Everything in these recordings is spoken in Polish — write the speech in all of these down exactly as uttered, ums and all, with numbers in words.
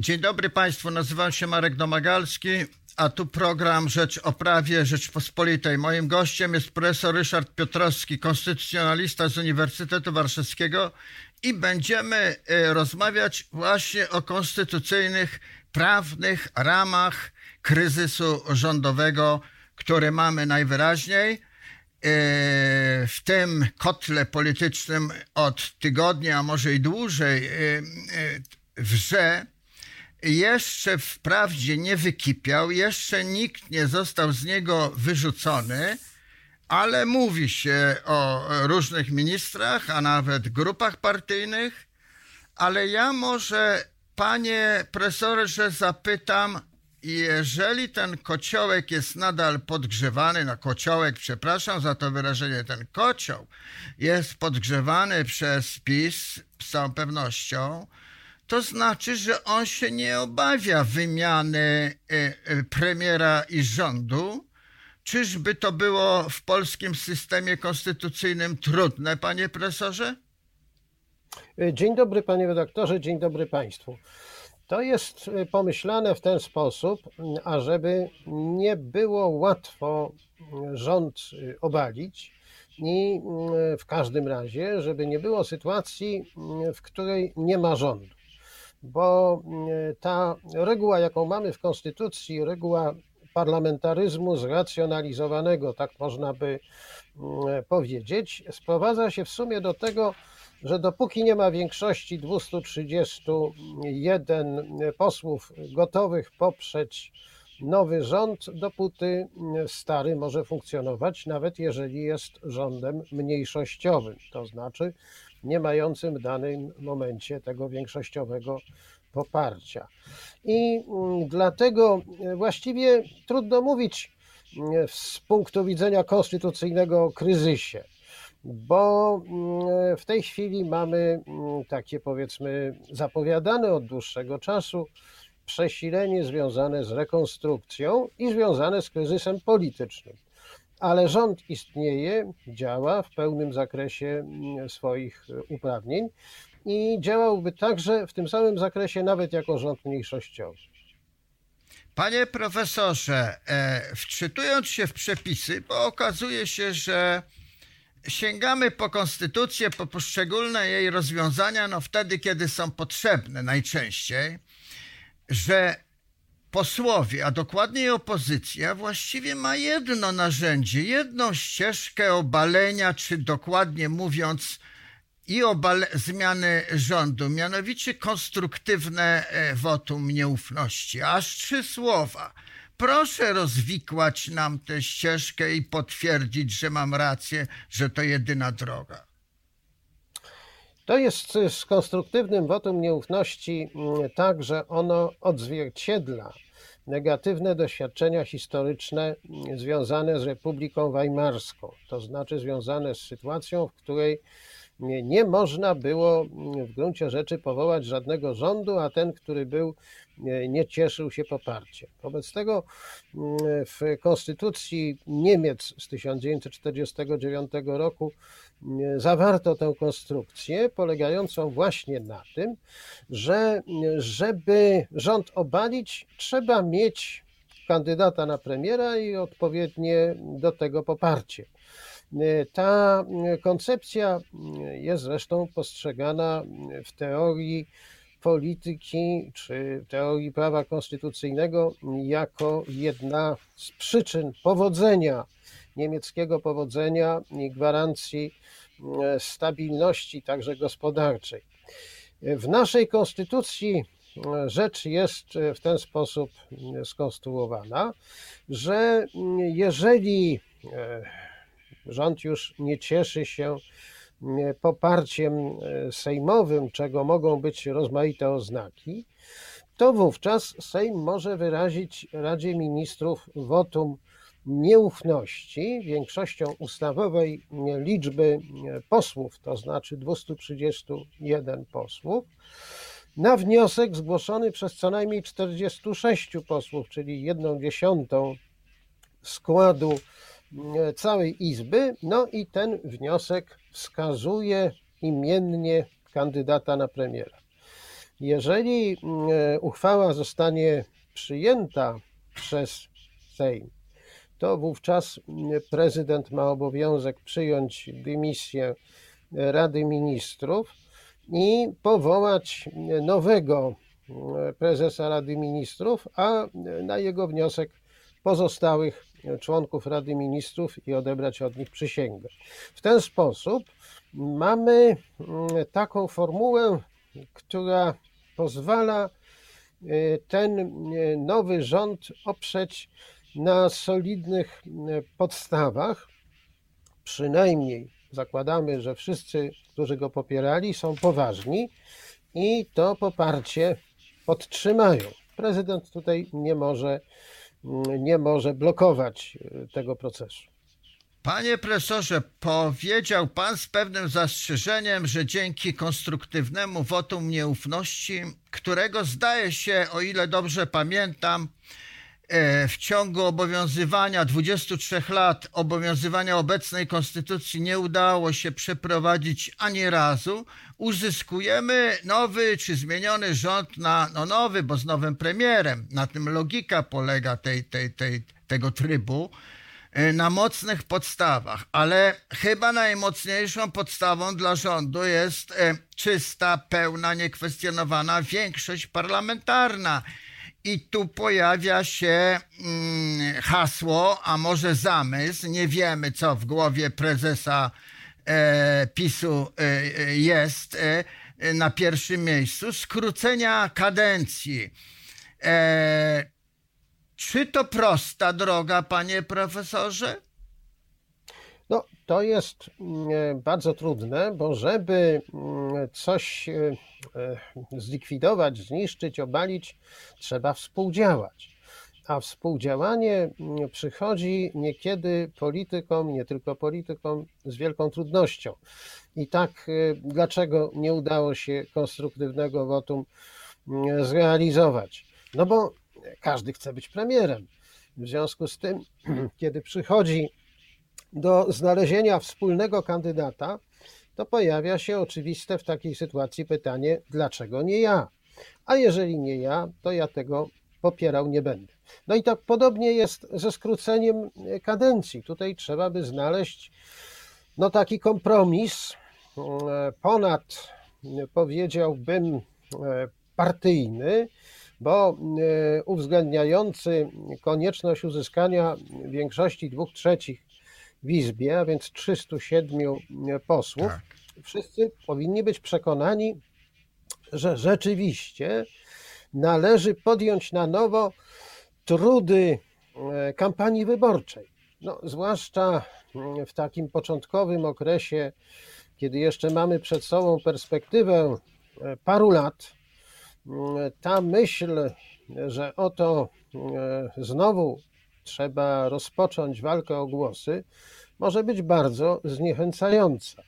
Dzień dobry Państwu, nazywam się Marek Domagalski, a tu program Rzecz o Prawie Rzeczpospolitej. Moim gościem jest profesor Ryszard Piotrowski, konstytucjonalista z Uniwersytetu Warszawskiego i będziemy rozmawiać właśnie o konstytucyjnych, prawnych ramach kryzysu rządowego, który mamy najwyraźniej w tym kotle politycznym od tygodnia, a może i dłużej wrze. Jeszcze wprawdzie nie wykipiał, jeszcze nikt nie został z niego wyrzucony, ale mówi się o różnych ministrach, a nawet grupach partyjnych. Ale ja może, panie profesorze, zapytam, jeżeli ten kociołek jest nadal podgrzewany, no kociołek, przepraszam za to wyrażenie, ten kocioł jest podgrzewany przez PiS z całą pewnością, to znaczy, że on się nie obawia wymiany premiera i rządu. Czyżby to było w polskim systemie konstytucyjnym trudne, panie profesorze? Dzień dobry, panie redaktorze, dzień dobry państwu. To jest pomyślane w ten sposób, ażeby nie było łatwo rząd obalić i w każdym razie, żeby nie było sytuacji, w której nie ma rządu. Bo ta reguła, jaką mamy w Konstytucji, reguła parlamentaryzmu zracjonalizowanego, tak można by powiedzieć, sprowadza się w sumie do tego, że dopóki nie ma większości dwieście trzydzieści jeden posłów gotowych poprzeć nowy rząd, dopóty stary może funkcjonować, nawet jeżeli jest rządem mniejszościowym, to znaczy nie mającym w danym momencie tego większościowego poparcia. I dlatego właściwie trudno mówić z punktu widzenia konstytucyjnego o kryzysie, bo w tej chwili mamy takie, powiedzmy, zapowiadane od dłuższego czasu przesilenie związane z rekonstrukcją i związane z kryzysem politycznym. Ale rząd istnieje, działa w pełnym zakresie swoich uprawnień i działałby także w tym samym zakresie nawet jako rząd mniejszościowy. Panie profesorze, wczytując się w przepisy, bo okazuje się, że sięgamy po konstytucję, po poszczególne jej rozwiązania, no wtedy, kiedy są potrzebne najczęściej, że posłowie, a dokładniej opozycja, właściwie ma jedno narzędzie, jedną ścieżkę obalenia, czy dokładnie mówiąc i obale- zmiany rządu, mianowicie konstruktywne wotum nieufności. Aż trzy słowa. Proszę rozwikłać nam tę ścieżkę i potwierdzić, że mam rację, że to jedyna droga. To jest z konstruktywnym wotum nieufności tak, że ono odzwierciedla negatywne doświadczenia historyczne związane z Republiką Weimarską, to znaczy związane z sytuacją, w której nie, nie można było w gruncie rzeczy powołać żadnego rządu, a ten, który był, nie cieszył się poparciem. Wobec tego w konstytucji Niemiec z tysiąc dziewięćset czterdziestego dziewiątego roku zawarto tę konstrukcję polegającą właśnie na tym, że żeby rząd obalić, trzeba mieć kandydata na premiera i odpowiednie do tego poparcie. Ta koncepcja jest zresztą postrzegana w teorii polityki czy teorii prawa konstytucyjnego jako jedna z przyczyn powodzenia, niemieckiego powodzenia i gwarancji stabilności także gospodarczej. W naszej konstytucji rzecz jest w ten sposób skonstruowana, że jeżeli rząd już nie cieszy się poparciem sejmowym, czego mogą być rozmaite oznaki, to wówczas Sejm może wyrazić Radzie Ministrów wotum nieufności większością ustawowej liczby posłów, to znaczy dwieście trzydzieści jeden posłów, na wniosek zgłoszony przez co najmniej czterdziestu sześciu posłów, czyli jedną dziesiątą składu całej Izby, no i ten wniosek wskazuje imiennie kandydata na premiera. Jeżeli uchwała zostanie przyjęta przez Sejm, to wówczas prezydent ma obowiązek przyjąć dymisję Rady Ministrów i powołać nowego prezesa Rady Ministrów, a na jego wniosek pozostałych członków Rady Ministrów i odebrać od nich przysięgę. W ten sposób mamy taką formułę, która pozwala ten nowy rząd oprzeć na solidnych podstawach. Przynajmniej zakładamy, że wszyscy, którzy go popierali, są poważni i to poparcie podtrzymają. Prezydent tutaj nie może, nie może blokować tego procesu. Panie profesorze, powiedział pan z pewnym zastrzeżeniem, że dzięki konstruktywnemu wotum nieufności, którego zdaje się, o ile dobrze pamiętam, w ciągu obowiązywania dwudziestu trzech lat obowiązywania obecnej konstytucji nie udało się przeprowadzić ani razu, uzyskujemy nowy czy zmieniony rząd na, no nowy, bo z nowym premierem. Na tym logika polega tej, tej, tej, tego trybu, na mocnych podstawach, ale chyba najmocniejszą podstawą dla rządu jest czysta, pełna, niekwestionowana większość parlamentarna. I tu pojawia się mm, hasło, a może zamysł, nie wiemy co w głowie prezesa e, PiSu e, jest e, na pierwszym miejscu, skrócenia kadencji. E, czy to prosta droga, panie profesorze? No, to jest bardzo trudne, bo żeby coś zlikwidować, zniszczyć, obalić, trzeba współdziałać. A współdziałanie przychodzi niekiedy politykom, nie tylko politykom, z wielką trudnością. I tak dlaczego nie udało się konstruktywnego wotum zrealizować? No bo każdy chce być premierem. W związku z tym, kiedy przychodzi do znalezienia wspólnego kandydata, to pojawia się oczywiste w takiej sytuacji pytanie, dlaczego nie ja? A jeżeli nie ja, to ja tego popierał nie będę. No i tak podobnie jest ze skróceniem kadencji. Tutaj trzeba by znaleźć no, taki kompromis ponad, powiedziałbym, partyjny, bo uwzględniający konieczność uzyskania większości dwóch trzecich w Izbie, a więc trzystu siedmiu posłów, tak. Wszyscy powinni być przekonani, że rzeczywiście należy podjąć na nowo trudy kampanii wyborczej. No, zwłaszcza w takim początkowym okresie, kiedy jeszcze mamy przed sobą perspektywę paru lat, ta myśl, że oto znowu trzeba rozpocząć walkę o głosy, może być bardzo zniechęcająca.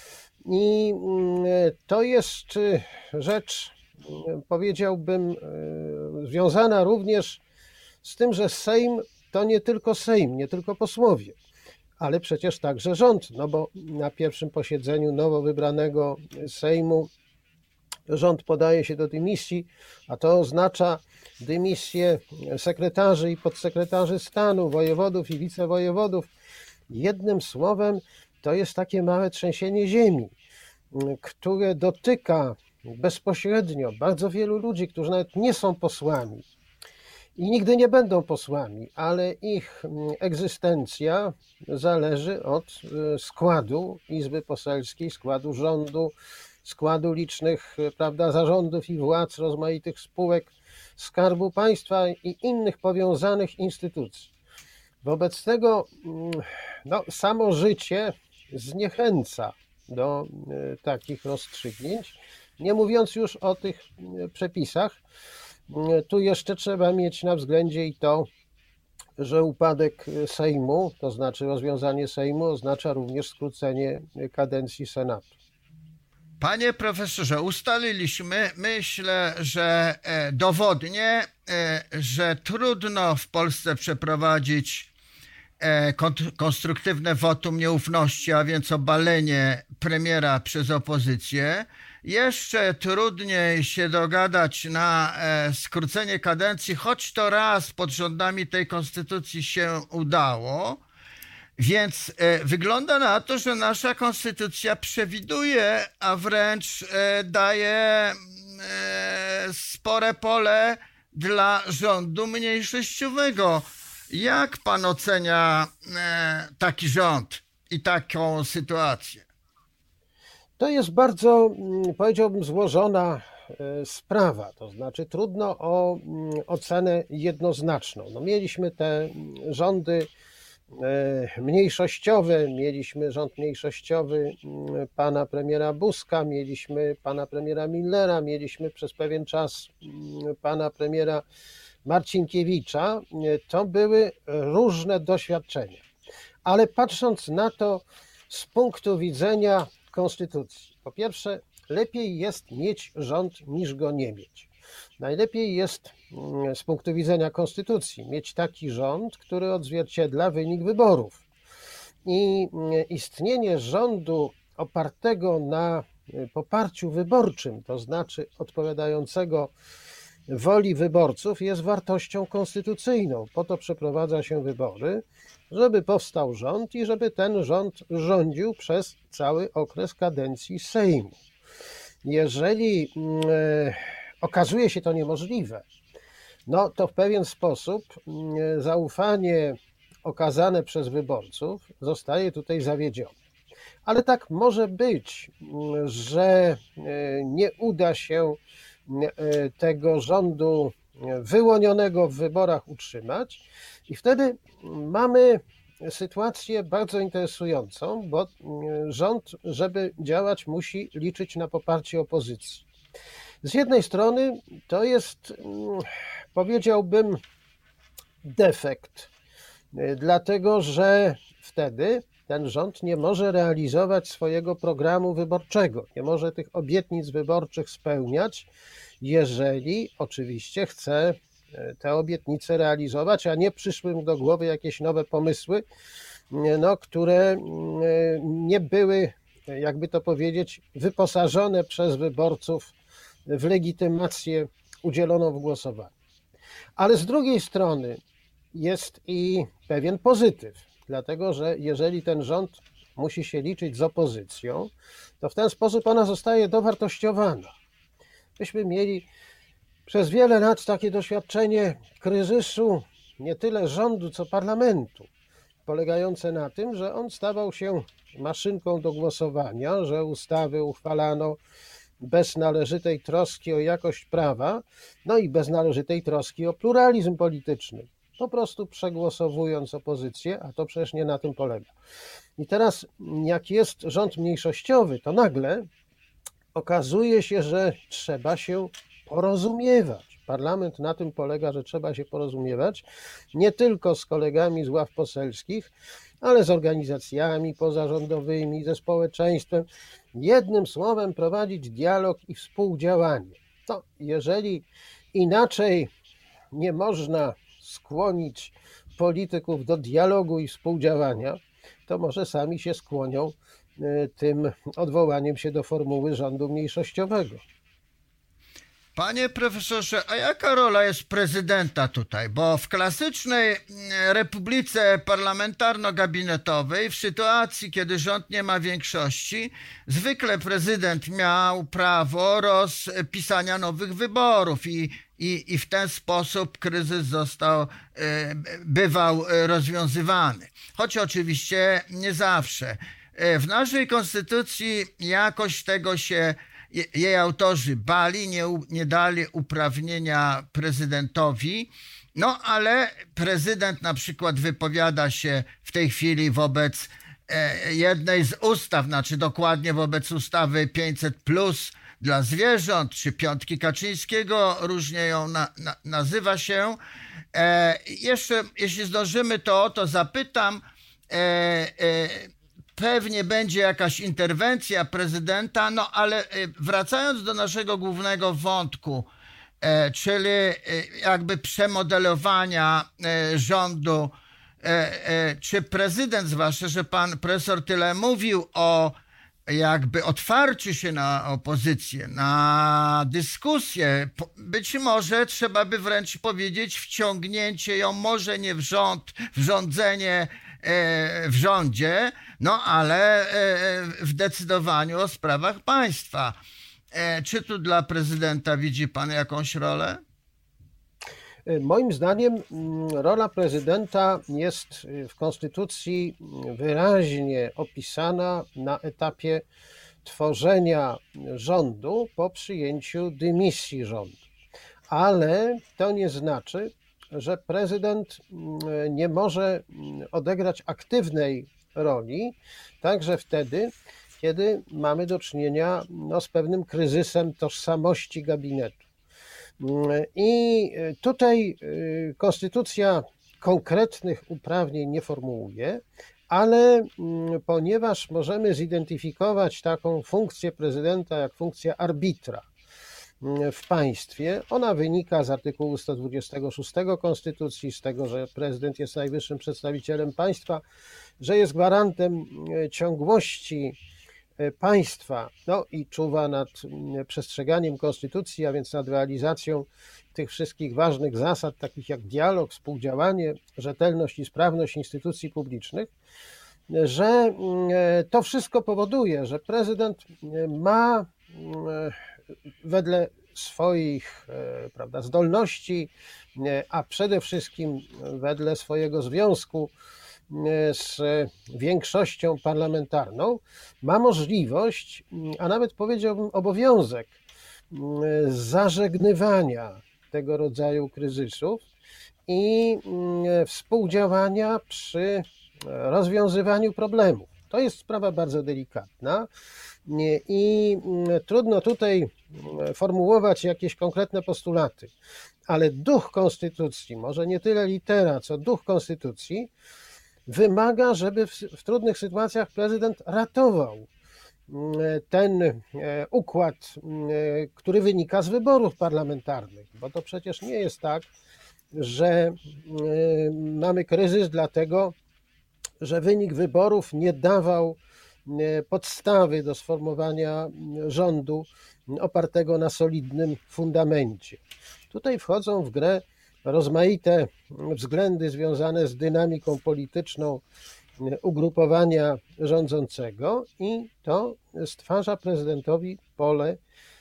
I to jest rzecz, powiedziałbym, związana również z tym, że Sejm to nie tylko Sejm, nie tylko posłowie, ale przecież także rząd, no bo na pierwszym posiedzeniu nowo wybranego Sejmu rząd podaje się do dymisji, a to oznacza dymisję sekretarzy i podsekretarzy stanu, wojewodów i wicewojewodów. Jednym słowem, to jest takie małe trzęsienie ziemi, które dotyka bezpośrednio bardzo wielu ludzi, którzy nawet nie są posłami i nigdy nie będą posłami, ale ich egzystencja zależy od składu Izby Poselskiej, składu rządu, składu licznych, prawda, zarządów i władz rozmaitych spółek Skarbu Państwa i innych powiązanych instytucji. Wobec tego no, samo życie zniechęca do takich rozstrzygnięć, nie mówiąc już o tych przepisach. Tu jeszcze trzeba mieć na względzie i to, że upadek Sejmu, to znaczy rozwiązanie Sejmu, oznacza również skrócenie kadencji Senatu. Panie profesorze, ustaliliśmy, myślę, że dowodnie, że trudno w Polsce przeprowadzić konstruktywne wotum nieufności, a więc obalenie premiera przez opozycję. jeszcze trudniej się dogadać na e, skrócenie kadencji, choć to raz pod rządami tej konstytucji się udało. Więc e, wygląda na to, że nasza konstytucja przewiduje, a wręcz e, daje e, spore pole dla rządu mniejszościowego. Jak pan ocenia e, taki rząd i taką sytuację? To jest bardzo, powiedziałbym, złożona sprawa, to znaczy trudno o ocenę jednoznaczną. No, mieliśmy te rządy mniejszościowe, mieliśmy rząd mniejszościowy pana premiera Buzka, mieliśmy pana premiera Millera, mieliśmy przez pewien czas pana premiera Marcinkiewicza. To były różne doświadczenia, ale patrząc na to z punktu widzenia konstytucji, po pierwsze, lepiej jest mieć rząd niż go nie mieć. Najlepiej jest z punktu widzenia konstytucji mieć taki rząd, który odzwierciedla wynik wyborów. I istnienie rządu opartego na poparciu wyborczym, to znaczy odpowiadającego woli wyborców, jest wartością konstytucyjną. Po to przeprowadza się wybory, żeby powstał rząd i żeby ten rząd rządził przez cały okres kadencji Sejmu. Jeżeli e, okazuje się to niemożliwe, no to w pewien sposób e, zaufanie okazane przez wyborców zostaje tutaj zawiedzione. Ale tak może być, że e, nie uda się e, tego rządu wyłonionego w wyborach utrzymać i wtedy mamy sytuację bardzo interesującą, bo rząd, żeby działać, musi liczyć na poparcie opozycji. Z jednej strony to jest, powiedziałbym, defekt, dlatego że wtedy ten rząd nie może realizować swojego programu wyborczego, nie może tych obietnic wyborczych spełniać, jeżeli oczywiście chce te obietnice realizować, a nie przyszły mu do głowy jakieś nowe pomysły, no, które nie były, jakby to powiedzieć, wyposażone przez wyborców w legitymację udzieloną w głosowaniu. Ale z drugiej strony jest i pewien pozytyw, dlatego że jeżeli ten rząd musi się liczyć z opozycją, to w ten sposób ona zostaje dowartościowana. Myśmy mieli przez wiele lat takie doświadczenie kryzysu nie tyle rządu, co parlamentu, polegające na tym, że on stawał się maszynką do głosowania, że ustawy uchwalano bez należytej troski o jakość prawa, no i bez należytej troski o pluralizm polityczny, po prostu przegłosowując opozycję, a to przecież nie na tym polega. I teraz, jak jest rząd mniejszościowy, to nagle okazuje się, że trzeba się porozumiewać. Parlament na tym polega, że trzeba się porozumiewać nie tylko z kolegami z ław poselskich, ale z organizacjami pozarządowymi, ze społeczeństwem. Jednym słowem prowadzić dialog i współdziałanie. To jeżeli inaczej nie można skłonić polityków do dialogu i współdziałania, to może sami się skłonią tym odwołaniem się do formuły rządu mniejszościowego. Panie profesorze, a jaka rola jest prezydenta tutaj? Bo w klasycznej republice parlamentarno-gabinetowej, w sytuacji, kiedy rząd nie ma większości, zwykle prezydent miał prawo rozpisania nowych wyborów i, i, i w ten sposób kryzys został, bywał rozwiązywany. Choć oczywiście nie zawsze. W naszej konstytucji jakoś tego się jej autorzy bali, nie, nie dali uprawnienia prezydentowi, no ale prezydent na przykład wypowiada się w tej chwili wobec e, jednej z ustaw, znaczy dokładnie wobec ustawy pięćset plus dla zwierząt, czy piątki Kaczyńskiego, różnie ją na, na, nazywa się. E, jeszcze, jeśli zdążymy, to o to zapytam. E, e, Pewnie będzie jakaś interwencja prezydenta, no ale wracając do naszego głównego wątku, e, czyli jakby przemodelowania e, rządu, e, e, czy prezydent, zwłaszcza, że pan profesor tyle mówił o jakby otwarciu się na opozycję, na dyskusję, być może trzeba by wręcz powiedzieć wciągnięcie ją może nie w rząd, w rządzenie w rządzie, no ale w decydowaniu o sprawach państwa. Czy tu dla prezydenta widzi pan jakąś rolę? Moim zdaniem rola prezydenta jest w Konstytucji wyraźnie opisana na etapie tworzenia rządu po przyjęciu dymisji rządu. Ale to nie znaczy, że prezydent nie może odegrać aktywnej roli, także wtedy, kiedy mamy do czynienia no, z pewnym kryzysem tożsamości gabinetu. I tutaj konstytucja konkretnych uprawnień nie formułuje, ale ponieważ możemy zidentyfikować taką funkcję prezydenta jak funkcja arbitra w państwie, ona wynika z artykułu sto dwudziestego szóstego Konstytucji, z tego, że prezydent jest najwyższym przedstawicielem państwa, że jest gwarantem ciągłości państwa, no i czuwa nad przestrzeganiem konstytucji, a więc nad realizacją tych wszystkich ważnych zasad, takich jak dialog, współdziałanie, rzetelność i sprawność instytucji publicznych, że to wszystko powoduje, że prezydent ma wedle swoich, prawda, zdolności, a przede wszystkim wedle swojego związku z większością parlamentarną, ma możliwość, a nawet powiedziałbym obowiązek zażegnywania tego rodzaju kryzysów i współdziałania przy rozwiązywaniu problemów. To jest sprawa bardzo delikatna i trudno tutaj formułować jakieś konkretne postulaty, ale duch konstytucji, może nie tyle litera, co duch konstytucji, wymaga, żeby w, w trudnych sytuacjach prezydent ratował ten układ, który wynika z wyborów parlamentarnych, bo to przecież nie jest tak, że mamy kryzys dlatego, że wynik wyborów nie dawał podstawy do sformowania rządu opartego na solidnym fundamencie. Tutaj wchodzą w grę rozmaite względy związane z dynamiką polityczną ugrupowania rządzącego i to stwarza prezydentowi pole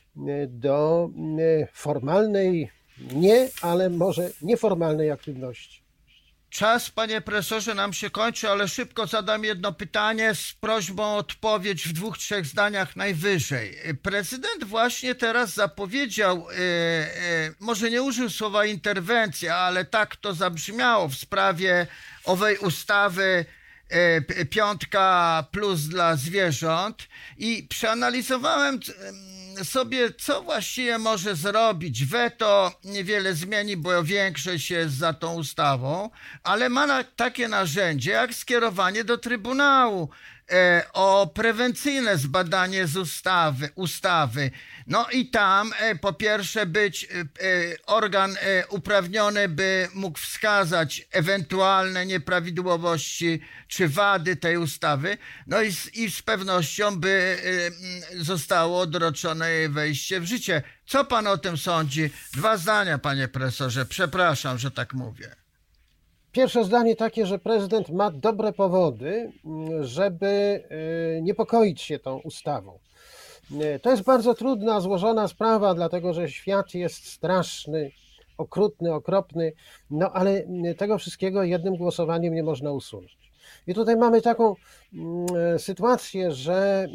do formalnej, nie, ale może nieformalnej aktywności. Czas, panie profesorze, nam się kończy, ale szybko zadam jedno pytanie z prośbą o odpowiedź w dwóch, trzech zdaniach najwyżej. Prezydent właśnie teraz zapowiedział, yy, yy, może nie użył słowa interwencja, ale tak to zabrzmiało w sprawie owej ustawy yy, piątka plus dla zwierząt i przeanalizowałem sobie, co właściwie może zrobić. Weto niewiele zmieni, bo większość jest za tą ustawą, ale ma na, takie narzędzie jak skierowanie do Trybunału e, o prewencyjne zbadanie z ustawy, ustawy. No i tam e, po pierwsze być e, organ e, uprawniony by mógł wskazać ewentualne nieprawidłowości czy wady tej ustawy, no i z, i z pewnością by e, zostało odroczone jej wejście w życie. Co pan o tym sądzi? Dwa zdania, panie profesorze. Przepraszam, że tak mówię. Pierwsze zdanie takie, że prezydent ma dobre powody, żeby niepokoić się tą ustawą. To jest bardzo trudna, złożona sprawa, dlatego że świat jest straszny, okrutny, okropny, no ale tego wszystkiego jednym głosowaniem nie można usunąć. I tutaj mamy taką sytuację, że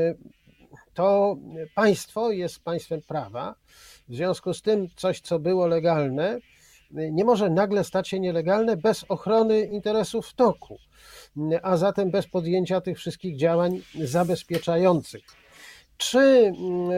to państwo jest państwem prawa, w związku z tym coś, co było legalne, nie może nagle stać się nielegalne bez ochrony interesów w toku, a zatem bez podjęcia tych wszystkich działań zabezpieczających. Czy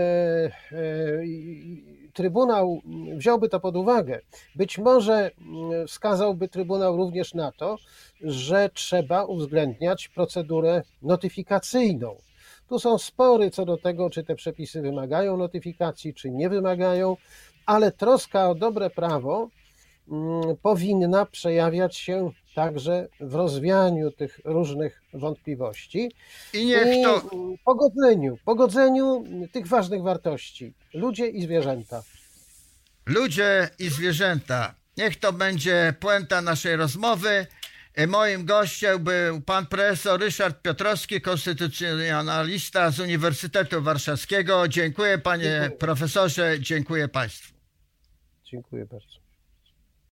Trybunał wziąłby to pod uwagę? Być może wskazałby Trybunał również na to, że trzeba uwzględniać procedurę notyfikacyjną. Tu są spory co do tego, czy te przepisy wymagają notyfikacji, czy nie wymagają, ale troska o dobre prawo powinna przejawiać się także w rozwianiu tych różnych wątpliwości I niech to, i pogodzeniu, pogodzeniu tych ważnych wartości. Ludzie i zwierzęta. ludzie i zwierzęta, niech to będzie puenta naszej rozmowy. Moim gościem był pan profesor Ryszard Piotrowski, konstytucjonalista z Uniwersytetu Warszawskiego. Dziękuję panie Dziękuję. profesorze, dziękuję państwu. Dziękuję bardzo.